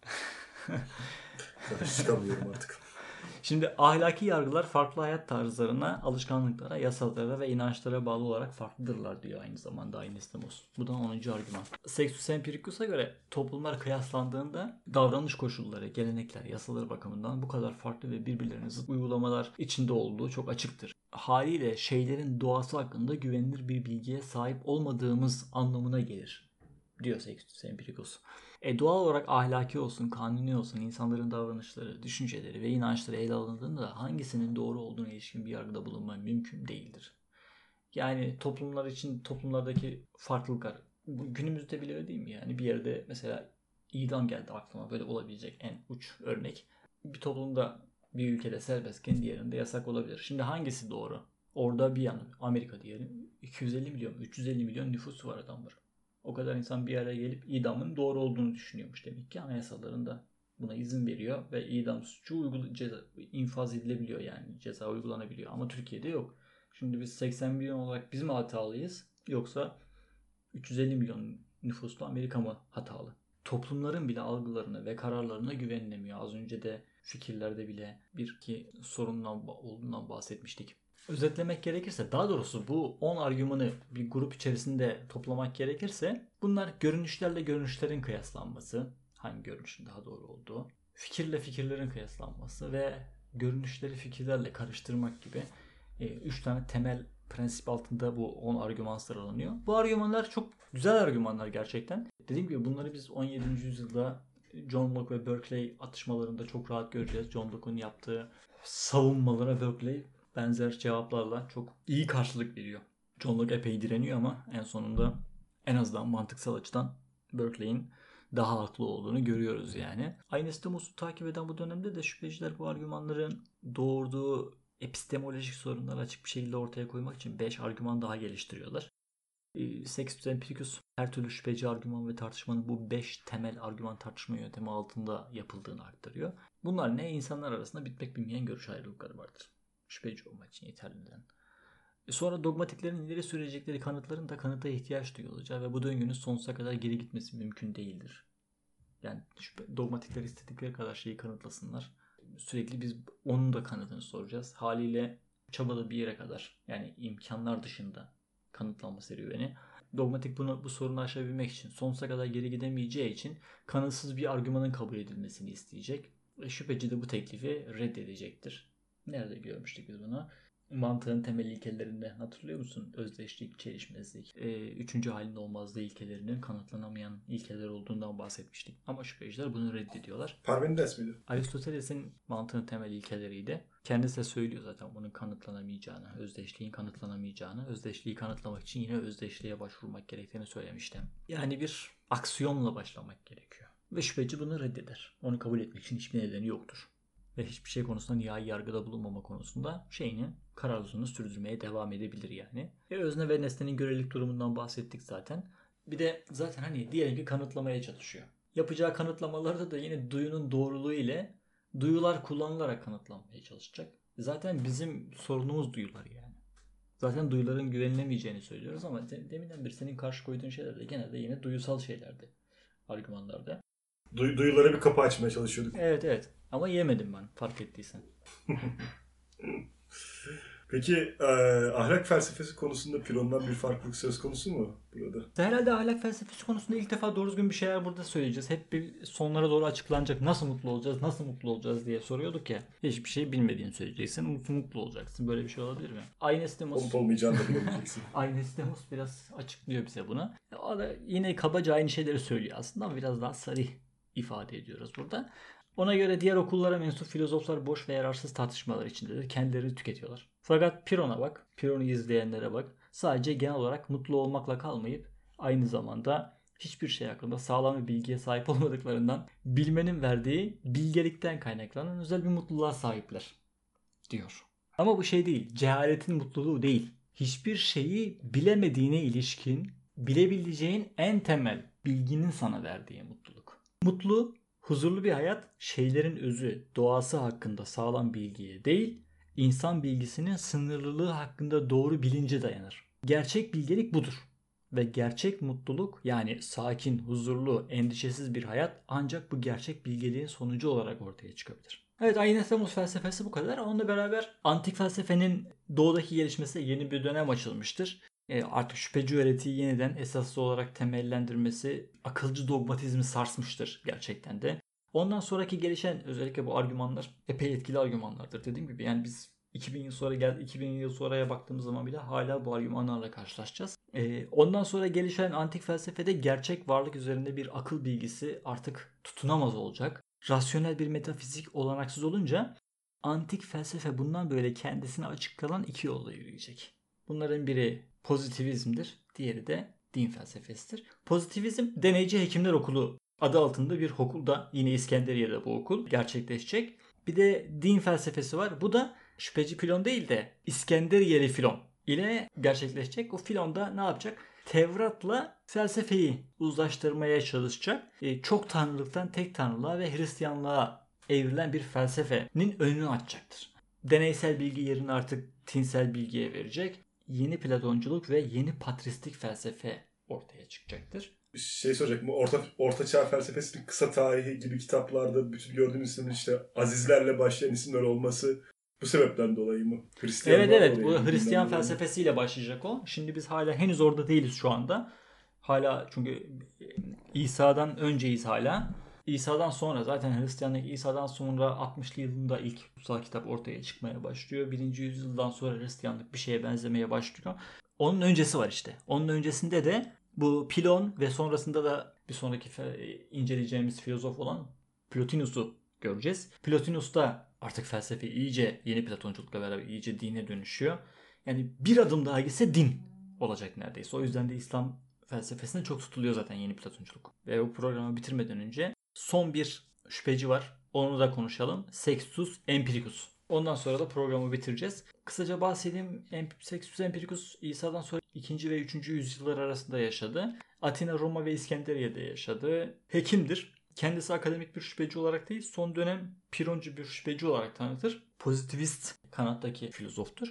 Çıkamıyorum artık. Şimdi ahlaki yargılar farklı hayat tarzlarına, alışkanlıklara, yasalara ve inançlara bağlı olarak farklıdırlar diyor aynı zamanda Aeneas Demos. Bu da onuncu argüman. Sextus Empiricus'a göre toplumlar kıyaslandığında davranış koşulları, gelenekler, yasaları bakımından bu kadar farklı ve birbirlerine zıt uygulamalar içinde olduğu çok açıktır. Haliyle şeylerin doğası hakkında güvenilir bir bilgiye sahip olmadığımız anlamına gelir diyor Sextus Empiricus. E doğal olarak ahlaki olsun, kanuni olsun insanların davranışları, düşünceleri ve inançları ele alındığında hangisinin doğru olduğuna ilişkin bir yargıda bulunma mümkün değildir. Yani toplumlar için toplumlardaki farklılıklar günümüzde bile öyle değil mi? Yani bir yerde mesela idam geldi aklıma, böyle olabilecek en uç örnek. Bir toplumda, bir ülkede serbestken diğerinde yasak olabilir. Şimdi hangisi doğru? Orada bir yana Amerika diyelim iki yüz elli milyon, üç yüz elli milyon nüfusu var adamlar. O kadar insan bir araya gelip idamın doğru olduğunu düşünüyormuş demek ki anayasalarında buna izin veriyor ve idam suçu uygul- ceza, infaz edilebiliyor, yani ceza uygulanabiliyor ama Türkiye'de yok. Şimdi biz seksen milyon olarak biz mi hatalıyız yoksa üç yüz elli milyon nüfuslu Amerika mı hatalı? Toplumların bile algılarına ve kararlarına güvenilemiyor. Az önce de fikirlerde bile bir iki sorundan olduğundan bahsetmiştik. Özetlemek gerekirse, daha doğrusu bu on argümanı bir grup içerisinde toplamak gerekirse bunlar görünüşlerle görünüşlerin kıyaslanması, hangi görünüşün daha doğru olduğu, fikirle fikirlerin kıyaslanması ve görünüşleri fikirlerle karıştırmak gibi üç tane temel prensip altında bu on argüman sıralanıyor. Bu argümanlar çok güzel argümanlar gerçekten. Dediğim gibi bunları biz on yedinci yüzyılda John Locke ve Berkeley atışmalarında çok rahat göreceğiz. John Locke'un yaptığı savunmalara Berkeley benzer cevaplarla çok iyi karşılık veriyor. John Locke epey direniyor ama en sonunda en azından mantıksal açıdan Berkeley'in daha haklı olduğunu görüyoruz yani. Aeneas Demos'u takip eden bu dönemde de şüpheciler bu argümanların doğurduğu epistemolojik sorunları açık bir şekilde ortaya koymak için beş argüman daha geliştiriyorlar. Sextus Empiricus her türlü şüpheci argüman ve tartışmanın bu beş temel argüman tartışma yöntemi altında yapıldığını aktarıyor. Bunlar ne? İnsanlar arasında bitmek bilmeyen görüş ayrılıkları vardır. Şüpheci olmak için yeterlinden. E sonra dogmatiklerin ileri sürecekleri kanıtların da kanıta ihtiyaç duyulacağı ve bu döngünün sonsuza kadar geri gitmesi mümkün değildir. Yani şüphe, dogmatikler istedikleri kadar şeyi kanıtlasınlar. Sürekli biz onun da kanıtını soracağız. Haliyle çabalı bir yere kadar, yani imkanlar dışında kanıtlanma serüveni. Dogmatik bunu bu sorunu aşabilmek için, sonsuza kadar geri gidemeyeceği için kanıtsız bir argümanın kabul edilmesini isteyecek. E, şüpheci de bu teklifi reddedecektir. Nerede görmüştük biz bunu? Mantığın temel ilkelerinde hatırlıyor musun? Özdeşlik, çelişmezlik, e, üçüncü halin olmazlığı ilkelerinin kanıtlanamayan ilkeler olduğundan bahsetmiştik. Ama şüpheciler bunu reddediyorlar. Parmenides miydi? Aristoteles'in mantığın temel ilkeleriydi. Kendisi de söylüyor zaten bunun kanıtlanamayacağını, özdeşliğin kanıtlanamayacağını, özdeşliği kanıtlamak için yine özdeşliğe başvurmak gerektiğini söylemiştim. Yani bir aksiyonla başlamak gerekiyor. Ve şüpheci bunu reddeder. Onu kabul etmek için hiçbir nedeni yoktur. Ve hiçbir şey konusunda nihai yargıda bulunmama konusunda şeyini, kararlılığını sürdürmeye devam edebilir yani. E özne ve nesnenin görelilik durumundan bahsettik zaten. Bir de zaten hani diyelim ki kanıtlamaya çalışıyor. Yapacağı kanıtlamalarda da yine duyunun doğruluğu ile duyular kullanılarak kanıtlanmaya çalışacak. Zaten bizim sorunumuz duyular yani. Zaten duyuların güvenilemeyeceğini söylüyoruz ama deminden beri senin karşı koyduğun şeyler de genelde yine duyusal şeylerdi. Argümanlarda. Du- duyulara bir kapı açmaya çalışıyorduk. Evet evet. Ama yemedim ben, fark ettiysen. Peki e, ahlak felsefesi konusunda Piron'dan bir farklılık söz konusu mu burada? Herhalde ahlak felsefesi konusunda ilk defa doğru düzgün bir şeyler burada söyleyeceğiz. Hep bir sonlara doğru açıklanacak. Nasıl mutlu olacağız, nasıl mutlu olacağız diye soruyorduk ya. Hiçbir şey bilmediğini söyleyeceksin. Mutlu, mutlu olacaksın. Böyle bir şey olabilir mi? Aynestemos. Olup olmayacağını da bilemeyeceksin. Aynestemos biraz açıklıyor bize bunu. O da yine kabaca aynı şeyleri söylüyor aslında ama biraz daha sarih ifade ediyoruz burada. Ona göre diğer okullara mensup filozoflar boş ve yararsız tartışmalar içindedir. Kendileri tüketiyorlar. Fakat Piron'a bak, Piron'u izleyenlere bak. Sadece genel olarak mutlu olmakla kalmayıp aynı zamanda hiçbir şey hakkında sağlam bir bilgiye sahip olmadıklarından bilmenin verdiği bilgelikten kaynaklanan özel bir mutluluğa sahipler diyor. Ama bu şey değil, cehaletin mutluluğu değil. Hiçbir şeyi bilemediğine ilişkin bilebileceğin en temel bilginin sana verdiği mutluluk. Mutlu, huzurlu bir hayat şeylerin özü, doğası hakkında sağlam bilgiye değil, insan bilgisinin sınırlılığı hakkında doğru bilince dayanır. Gerçek bilgelik budur. Ve gerçek mutluluk, yani sakin, huzurlu, endişesiz bir hayat ancak bu gerçek bilgeliğin sonucu olarak ortaya çıkabilir. Evet, Aynestemos felsefesi bu kadar. Onunla beraber antik felsefenin doğudaki gelişmesi yeni bir dönem açılmıştır. E artık şüpheci öğretiyi yeniden esaslı olarak temellendirmesi akılcı dogmatizmi sarsmıştır gerçekten de. Ondan sonraki gelişen özellikle bu argümanlar epey etkili argümanlardır dediğim gibi. Yani biz iki bin yıl sonra geldi, iki bin yıl sonraya baktığımız zaman bile hala bu argümanlarla karşılaşacağız. Ee, ondan sonra gelişen antik felsefede gerçek varlık üzerinde bir akıl bilgisi artık tutunamaz olacak. Rasyonel bir metafizik olanaksız olunca antik felsefe bundan böyle kendisine açık kalan iki yolla yürüyecek. Bunların biri pozitivizmdir, diğeri de din felsefesidir. Pozitivizm deneyci hekimler okulu adı altında bir okulda, yine İskenderiye'de bu okul gerçekleşecek. Bir de din felsefesi var. Bu da şüpheci Filon değil de İskenderiyeli Filon ile gerçekleşecek. O Filon da ne yapacak? Tevrat'la felsefeyi uzlaştırmaya çalışacak. E, çok tanrılıktan tek tanrılığa ve Hristiyanlığa evrilen bir felsefenin önünü açacaktır. Deneysel bilgi yerini artık tinsel bilgiye verecek. Yeni Platonculuk ve yeni patristik felsefe ortaya çıkacaktır. Şey soracak mı? Orta, Orta Çağ felsefesinin kısa tarihi gibi kitaplarda bütün gördüğümüz isimler işte Azizlerle başlayan isimler olması bu sebepten dolayı mı? Evet evet, bu Hristiyan felsefesiyle başlayacak o. Şimdi biz hala henüz orada değiliz şu anda. Hala çünkü İsa'dan önceyiz hala. İsa'dan sonra zaten Hristiyanlık İsa'dan sonra altmışlı yılında ilk kutsal kitap ortaya çıkmaya başlıyor. birinci yüzyıldan sonra Hristiyanlık bir şeye benzemeye başlıyor. Onun öncesi var işte. Onun öncesinde de bu Pilon ve sonrasında da bir sonraki inceleyeceğimiz filozof olan Plotinus'u göreceğiz. Plotinus da artık felsefe iyice yeni Platonculukla beraber iyice dine dönüşüyor. Yani bir adım daha gitse din olacak neredeyse. O yüzden de İslam felsefesine çok tutuluyor zaten yeni Platonculuk. Ve o programı bitirmeden önce son bir şüpheci var. Onu da konuşalım. Sextus Empiricus. Ondan sonra da programı bitireceğiz. Kısaca bahsedeyim. Sextus Empiricus İsa'dan sonra ikinci ve üçüncü yüzyıllar arasında yaşadı. Atina, Roma ve İskenderiye'de yaşadı. Hekimdir. Kendisi akademik bir şüpheci olarak değil, son dönem Pironcu bir şüpheci olarak tanıtır. Pozitivist kanattaki filozoftur.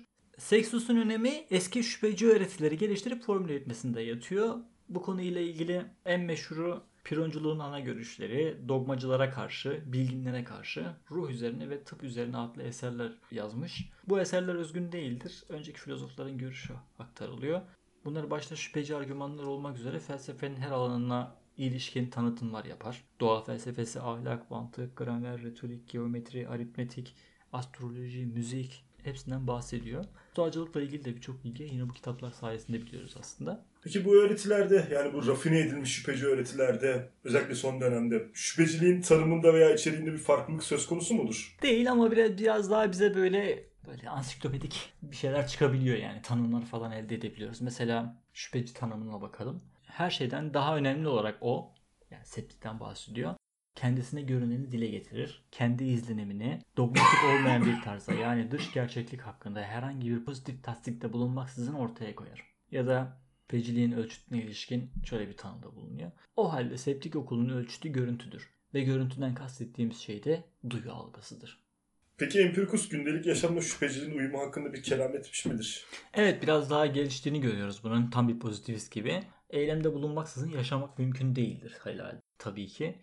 Sextus'un önemi eski şüpheci öğretileri geliştirip formüle etmesinde yatıyor. Bu konuyla ilgili en meşhuru Pironculuğun ana görüşleri, dogmacılara karşı, bilginlere karşı, ruh üzerine ve tıp üzerine adlı eserler yazmış. Bu eserler özgün değildir. Önceki filozofların görüşü aktarılıyor. Bunlar başta şüpheci argümanlar olmak üzere felsefenin her alanına ilişkin tanıtımlar yapar. Doğa felsefesi, ahlak, mantık, gramer, retorik, geometri, aritmetik, astroloji, müzik hepsinden bahsediyor. Doğacılıkla ilgili de birçok bilgi yine bu kitaplar sayesinde biliyoruz aslında. Peki bu öğretilerde, yani bu rafine edilmiş şüpheci öğretilerde, özellikle son dönemde şüpheciliğin tanımında veya içeriğinde bir farklılık söz konusu mudur? Değil ama biraz, biraz daha bize böyle böyle ansiklopedik bir şeyler çıkabiliyor yani. Tanımlar falan elde edebiliyoruz. Mesela şüpheci tanımına bakalım. Her şeyden daha önemli olarak o, yani septikten bahsediyor, kendisine görüneni dile getirir. Kendi izlenimini dogmatik olmayan bir tarzda, yani dış gerçeklik hakkında herhangi bir pozitif tasdikte bulunmaksızın ortaya koyar. Ya da şüpheciliğin ölçütüne ilişkin şöyle bir tanımda bulunuyor. O halde septik okulun ölçütü görüntüdür. Ve görüntüden kastettiğimiz şey de duyu algısıdır. Peki Empirikus gündelik yaşamda şüpheciliğin uyumu hakkında bir kelam etmiş midir? Evet, biraz daha geliştiğini görüyoruz bunun, tam bir pozitivist gibi. Eylemde bulunmaksızın yaşamak mümkün değildir helal tabii ki.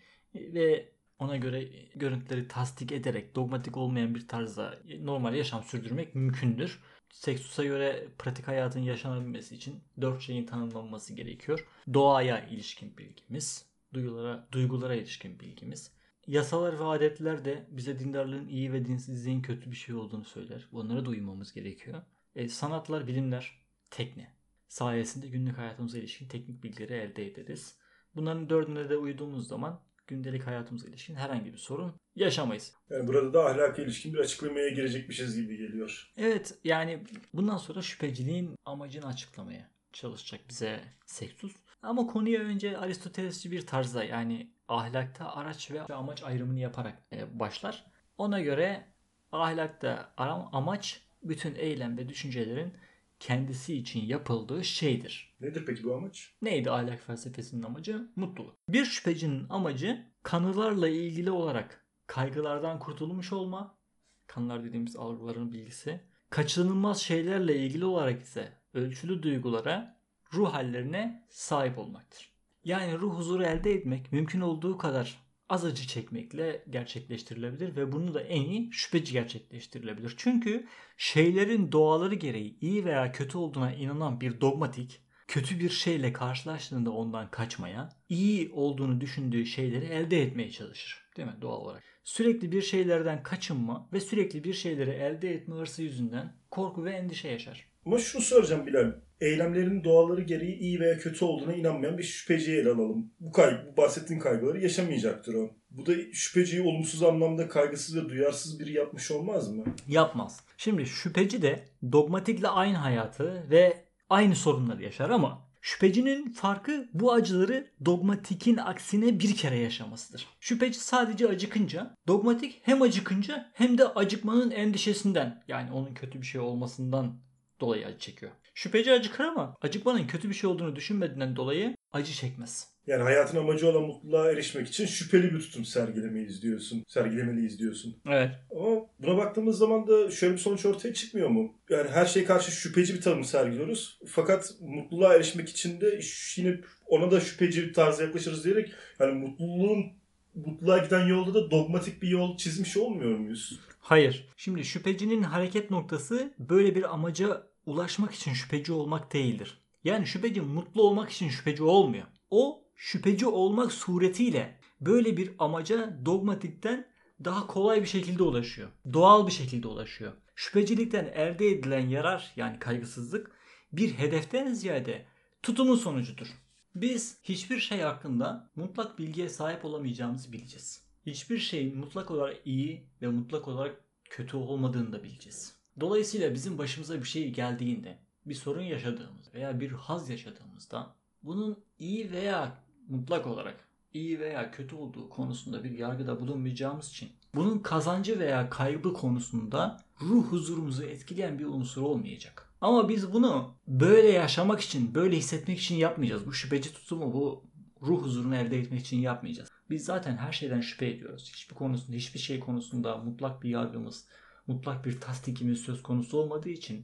Ve ona göre görüntüleri tasdik ederek dogmatik olmayan bir tarzda normal yaşam sürdürmek mümkündür. Sextus'a göre pratik hayatın yaşanabilmesi için dört şeyin tanımlanması gerekiyor. Doğaya ilişkin bilgimiz, duyulara, duygulara ilişkin bilgimiz. Yasalar ve adetler de bize dindarlığın iyi ve dinsizliğin kötü bir şey olduğunu söyler. Bunlara da uymamız gerekiyor. E, sanatlar, bilimler, tekne sayesinde günlük hayatımıza ilişkin teknik bilgileri elde ederiz. Bunların dördüne de uyduğumuz zaman gündelik hayatımıza ilişkin herhangi bir sorun yaşamayız. Yani burada da ahlaka ilişkin bir açıklamaya girecekmişiz gibi geliyor. Evet, yani bundan sonra şüpheciliğin amacını açıklamaya çalışacak bize Sextus. Ama konuya önce Aristotelesçi bir tarzda, yani ahlakta araç ve amaç ayrımını yaparak e, başlar. Ona göre ahlakta amaç bütün eylem ve düşüncelerin kendisi için yapıldığı şeydir. Nedir peki bu amaç? Neydi ahlak felsefesinin amacı? Mutluluk. Bir şüphecinin amacı kanılarla ilgili olarak kaygılardan kurtulmuş olma. Kanılar dediğimiz algıların bilgisi. Kaçınılmaz şeylerle ilgili olarak ise ölçülü duygulara, ruh hallerine sahip olmaktır. Yani ruh huzuru elde etmek mümkün olduğu kadar az acı çekmekle gerçekleştirilebilir ve bunu da en iyi şüpheci gerçekleştirilebilir. Çünkü şeylerin doğaları gereği iyi veya kötü olduğuna inanan bir dogmatik, kötü bir şeyle karşılaştığında ondan kaçmaya, iyi olduğunu düşündüğü şeyleri elde etmeye çalışır. Değil mi? Doğal olarak. Sürekli bir şeylerden kaçınma ve sürekli bir şeyleri elde etme hırsı yüzünden korku ve endişe yaşar. Ama şunu soracağım Bilal. Eylemlerin doğaları gereği iyi veya kötü olduğuna inanmayan bir şüpheciyi ele alalım. Bu, kaygı, bu bahsettiğin kaygıları yaşamayacaktır o. Bu da şüpheciyi olumsuz anlamda kaygısız ve duyarsız biri yapmış olmaz mı? Yapmaz. Şimdi şüpheci de dogmatikle aynı hayatı ve aynı sorunları yaşar ama şüphecinin farkı bu acıları dogmatikin aksine bir kere yaşamasıdır. Şüpheci sadece acıkınca, dogmatik hem acıkınca hem de acıkmanın endişesinden, yani onun kötü bir şey olmasından dolayı acı çekiyor. Şüpheci acıkır ama acıkmanın kötü bir şey olduğunu düşünmediğinden dolayı acı çekmez. Yani hayatın amacı olan mutluluğa erişmek için şüpheli bir tutum sergilemeliyiz diyorsun. Sergilemeliyiz diyorsun. Evet. Ama buna baktığımız zaman da şöyle bir sonuç ortaya çıkmıyor mu? Yani her şeye karşı şüpheci bir tanım sergiliyoruz. Fakat mutluluğa erişmek için de yine ona da şüpheci bir tarzda yaklaşırız diyerek yani mutluluğun mutluluğa giden yolda da dogmatik bir yol çizmiş olmuyor muyuz? Hayır. Şimdi şüphecinin hareket noktası böyle bir amaca ulaşmak için şüpheci olmak değildir. Yani şüpheci mutlu olmak için şüpheci olmuyor. O şüpheci olmak suretiyle böyle bir amaca dogmatikten daha kolay bir şekilde ulaşıyor. Doğal bir şekilde ulaşıyor. Şüphecilikten elde edilen yarar, yani kaygısızlık, bir hedeften ziyade tutumun sonucudur. Biz hiçbir şey hakkında mutlak bilgiye sahip olamayacağımızı bileceğiz. Hiçbir şeyin mutlak olarak iyi ve mutlak olarak kötü olmadığını da bileceğiz. Dolayısıyla bizim başımıza bir şey geldiğinde, bir sorun yaşadığımız veya bir haz yaşadığımızda bunun iyi veya mutlak olarak iyi veya kötü olduğu konusunda bir yargıda bulunmayacağımız için bunun kazancı veya kaybı konusunda ruh huzurumuzu etkileyen bir unsur olmayacak. Ama biz bunu böyle yaşamak için, böyle hissetmek için yapmayacağız. Bu şüpheci tutumu, bu ruh huzurunu elde etmek için yapmayacağız. Biz zaten her şeyden şüphe ediyoruz. Hiçbir konusunda, hiçbir şey konusunda mutlak bir yargımız, mutlak bir tasdikimiz söz konusu olmadığı için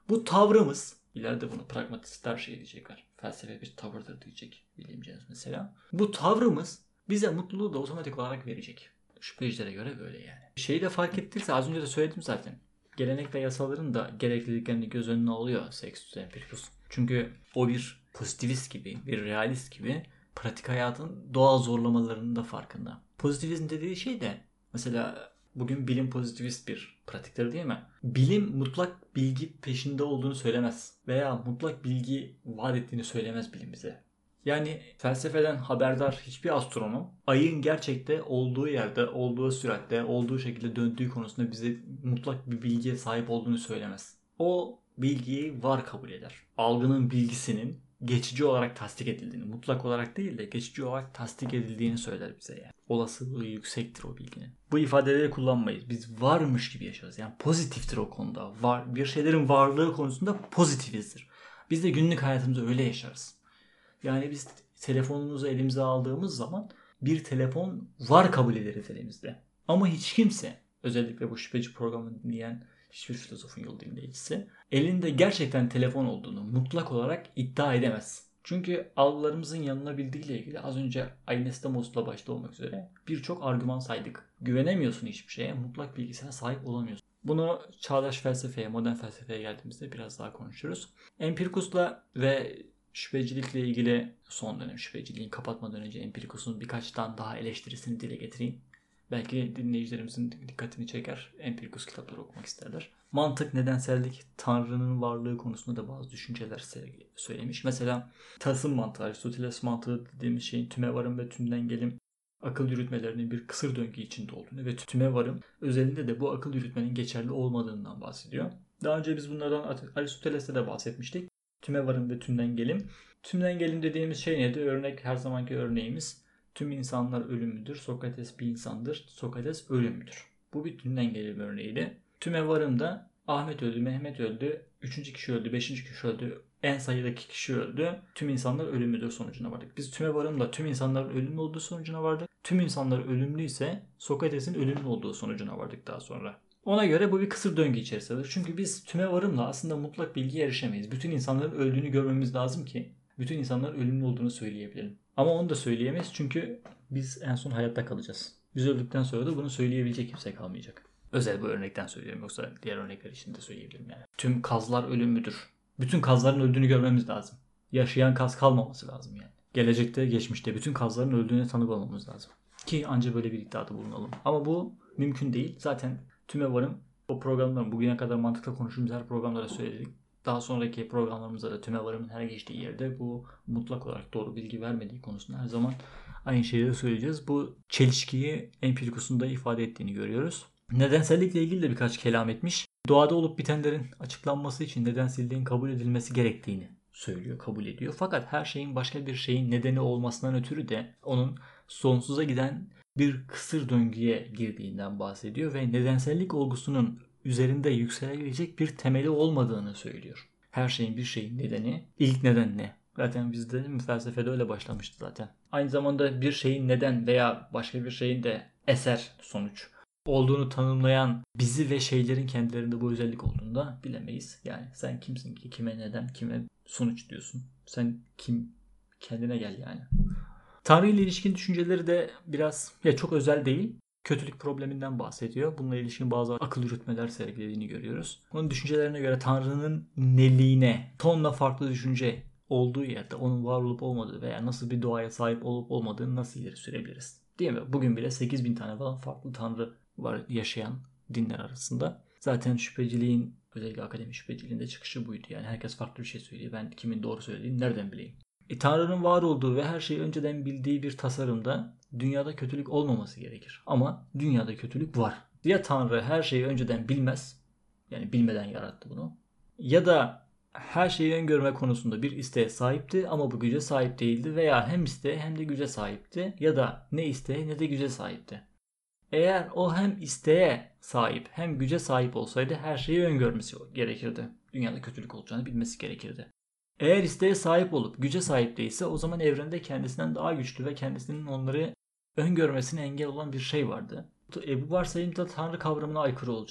Bu tavrımız, ileride bunu pragmatistler şey diyecekler. Felsefe bir tavırdır diyecek bilimciler mesela. Bu tavrımız bize mutluluğu da otomatik olarak verecek. Şüphecilere göre böyle yani. Şeyi de fark ettiyse az önce de söyledim zaten. Gelenek ve yasaların da gerekliliklerini göz önüne alıyor Sextus Empiricus. Çünkü o bir pozitivist gibi, bir realist gibi pratik hayatın doğal zorlamalarının da farkında. Pozitivizm dediği şey de mesela bugün bilim pozitivist bir pratiktir değil mi? Bilim mutlak bilgi peşinde olduğunu söylemez. Veya mutlak bilgi vaat ettiğini söylemez bilim bize. Yani felsefeden haberdar hiçbir astronom ayın gerçekte olduğu yerde, olduğu süratte, olduğu şekilde döndüğü konusunda bize mutlak bir bilgiye sahip olduğunu söylemez. O bilgiyi var kabul eder. Algının bilgisinin geçici olarak tasdik edildiğini, mutlak olarak değil de geçici olarak tasdik edildiğini söyler bize yani. Olasılığı yüksektir o bilginin. Bu ifadeleri kullanmayız. Biz varmış gibi yaşarız. Yani pozitiftir o konuda. Var, bir şeylerin varlığı konusunda pozitivizdir. Biz de günlük hayatımızda öyle yaşarız. Yani biz telefonumuzu elimize aldığımız zaman bir telefon var kabul ederiz elimizde. Ama hiç kimse, özellikle bu şüpheci programını dinleyen hiçbir filozofun yol dinleyicisi, elinde gerçekten telefon olduğunu mutlak olarak iddia edemez. Çünkü algılarımızın yanılabildiği ile ilgili az önce Ainestomos'la başta olmak üzere birçok argüman saydık. Güvenemiyorsun hiçbir şeye, mutlak bilgisine sahip olamıyorsun. Bunu çağdaş felsefeye, modern felsefeye geldiğimizde biraz daha konuşuruz. Empiricus'la ve şüphecilikle ilgili son dönem şüpheciliğin kapatmadan önce Empiricus'un birkaç tane daha eleştirisini dile getireyim. Belki dinleyicilerimizin dikkatini çeker. Empiricus kitapları okumak isterler. Mantık, nedensellik, Tanrı'nın varlığı konusunda da bazı düşünceler söylemiş. Mesela tasım mantığı, Aristoteles mantığı dediğimiz şeyin tümevarım ve tümden gelim akıl yürütmelerinin bir kısır döngü içinde olduğunu ve tümevarım özelinde de bu akıl yürütmenin geçerli olmadığından bahsediyor. Daha önce biz bunlardan Aristoteles'te de bahsetmiştik. Tümevarım ve tümden gelim. Tümden gelim dediğimiz şey nedir? Örnek, her zamanki örneğimiz. Tüm insanlar ölümlüdür. Sokrates bir insandır. Sokrates ölümlüdür. Bu bir tümden gelim örneğiydi. Tümevarım da Ahmet öldü, Mehmet öldü, üçüncü kişi öldü, beşinci kişi öldü, en sayıdaki kişi öldü. Tüm insanlar ölümlüdür sonucuna vardık. Biz tümevarımla tüm insanların ölümlü olduğu sonucuna vardık. Tüm insanlar ölümlüyse Sokrates'in ölümlü olduğu sonucuna vardık daha sonra. Ona göre bu bir kısır döngü içerisindedir. Çünkü biz tümevarımla aslında mutlak bilgiye erişemeyiz. Bütün insanların öldüğünü görmemiz lazım ki bütün insanların ölümlü olduğunu söyleyebilelim. Ama onu da söyleyemeyiz çünkü biz en son hayatta kalacağız. Biz öldükten sonra da bunu söyleyebilecek kimse kalmayacak. Özel bu örnekten söylüyorum, yoksa diğer örnekler için de söyleyebilirim yani. Tüm kazlar ölümlüdür. Bütün kazların öldüğünü görmemiz lazım. Yaşayan kaz kalmaması lazım yani. Gelecekte, geçmişte bütün kazların öldüğüne tanık olmamız lazım. Ki ancak böyle bir iddiada bulunalım. Ama bu mümkün değil. Zaten tümevarım o programların bugüne kadar mantıkla konuştuğumuz her programlara söyledik. Daha sonraki programlarımızda da tümevarımın her geçtiği yerde bu mutlak olarak doğru bilgi vermediği konusunda her zaman aynı şeyleri söyleyeceğiz. Bu çelişkiyi Empiricus'un da ifade ettiğini görüyoruz. Nedensellikle ilgili de birkaç kelam etmiş. Doğada olup bitenlerin açıklanması için nedenselliğin kabul edilmesi gerektiğini söylüyor, kabul ediyor. Fakat her şeyin başka bir şeyin nedeni olmasından ötürü de onun sonsuza giden bir kısır döngüye girdiğinden bahsediyor ve nedensellik olgusunun üzerinde yükselebilecek bir temeli olmadığını söylüyor. Her şeyin bir şeyin nedeni, ilk neden ne? Zaten bizde felsefede öyle başlamıştı zaten. Aynı zamanda bir şeyin neden veya başka bir şeyin de eser, sonuç olduğunu tanımlayan bizi ve şeylerin kendilerinde bu özellik olduğunu da bilemeyiz. Yani sen kimsin ki kime neden, kime sonuç diyorsun? Sen kim? Kendine gel yani. Tanrı ile ilişkin düşünceleri de biraz ya çok özel değil. Kötülük probleminden bahsediyor. Bununla ilişkin bazı akıl yürütmeler sergilediğini görüyoruz. Onun düşüncelerine göre Tanrı'nın neliğine tonla farklı düşünce olduğu yerde onun var olup olmadığı veya nasıl bir doğaya sahip olup olmadığını nasıl ileri sürebiliriz? Değil mi? Bugün bile sekiz bin tane falan farklı Tanrı var yaşayan dinler arasında. Zaten şüpheciliğin, özellikle akademi şüpheciliğinde çıkışı buydu. Yani herkes farklı bir şey söylüyor. Ben kimin doğru söylediğini nereden bileyim? E, Tanrı'nın var olduğu ve her şeyi önceden bildiği bir tasarımda dünyada kötülük olmaması gerekir. Ama dünyada kötülük var. Ya Tanrı her şeyi önceden bilmez, yani bilmeden yarattı bunu. Ya da her şeyi öngörme konusunda bir isteğe sahipti ama bu güce sahip değildi veya hem isteğe hem de güce sahipti ya da ne isteğe ne de güce sahipti. Eğer o hem isteğe sahip hem güce sahip olsaydı her şeyi öngörmesi gerekirdi. Dünyada kötülük olacağını bilmesi gerekirdi. Eğer isteğe sahip olup güce sahip değilse o zaman evrende kendisinden daha güçlü ve kendisinin onları öngörmesine engel olan bir şey vardı. E bu varsayımda Tanrı kavramına aykırı olacak.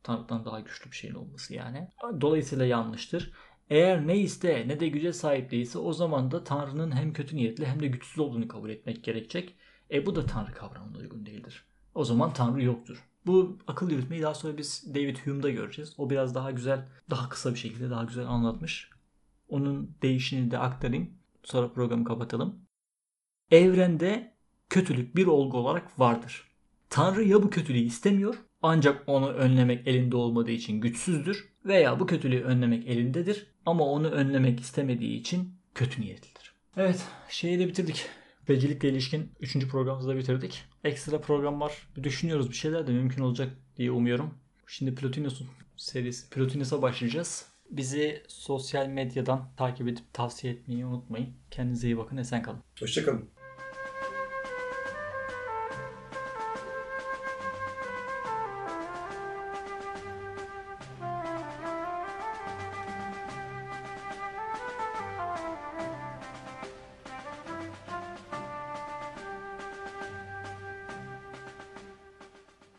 Tanrı'dan daha güçlü bir şeyin olması yani. Dolayısıyla yanlıştır. Eğer ne iste ne de güce sahip değilse o zaman da Tanrı'nın hem kötü niyetli hem de güçsüz olduğunu kabul etmek gerekecek. E bu da Tanrı kavramına uygun değildir. O zaman Tanrı yoktur. Bu akıl yürütmeyi daha sonra biz David Hume'da göreceğiz. O biraz daha güzel, daha kısa bir şekilde daha güzel anlatmış. Onun değişini de aktarayım. Sonra programı kapatalım. Evrende kötülük bir olgu olarak vardır. Tanrı ya bu kötülüğü istemiyor ancak onu önlemek elinde olmadığı için güçsüzdür veya bu kötülüğü önlemek elindedir ama onu önlemek istemediği için kötü niyetlidir. Evet, şeyi de bitirdik. Becerikle ilişkin üçüncü programımızı da bitirdik. Ekstra programlar düşünüyoruz, bir şeyler de mümkün olacak diye umuyorum. Şimdi Plotinus'un serisi, Plotinus'a başlayacağız. Bizi sosyal medyadan takip edip tavsiye etmeyi unutmayın. Kendinize iyi bakın, esen kalın. Hoşçakalın.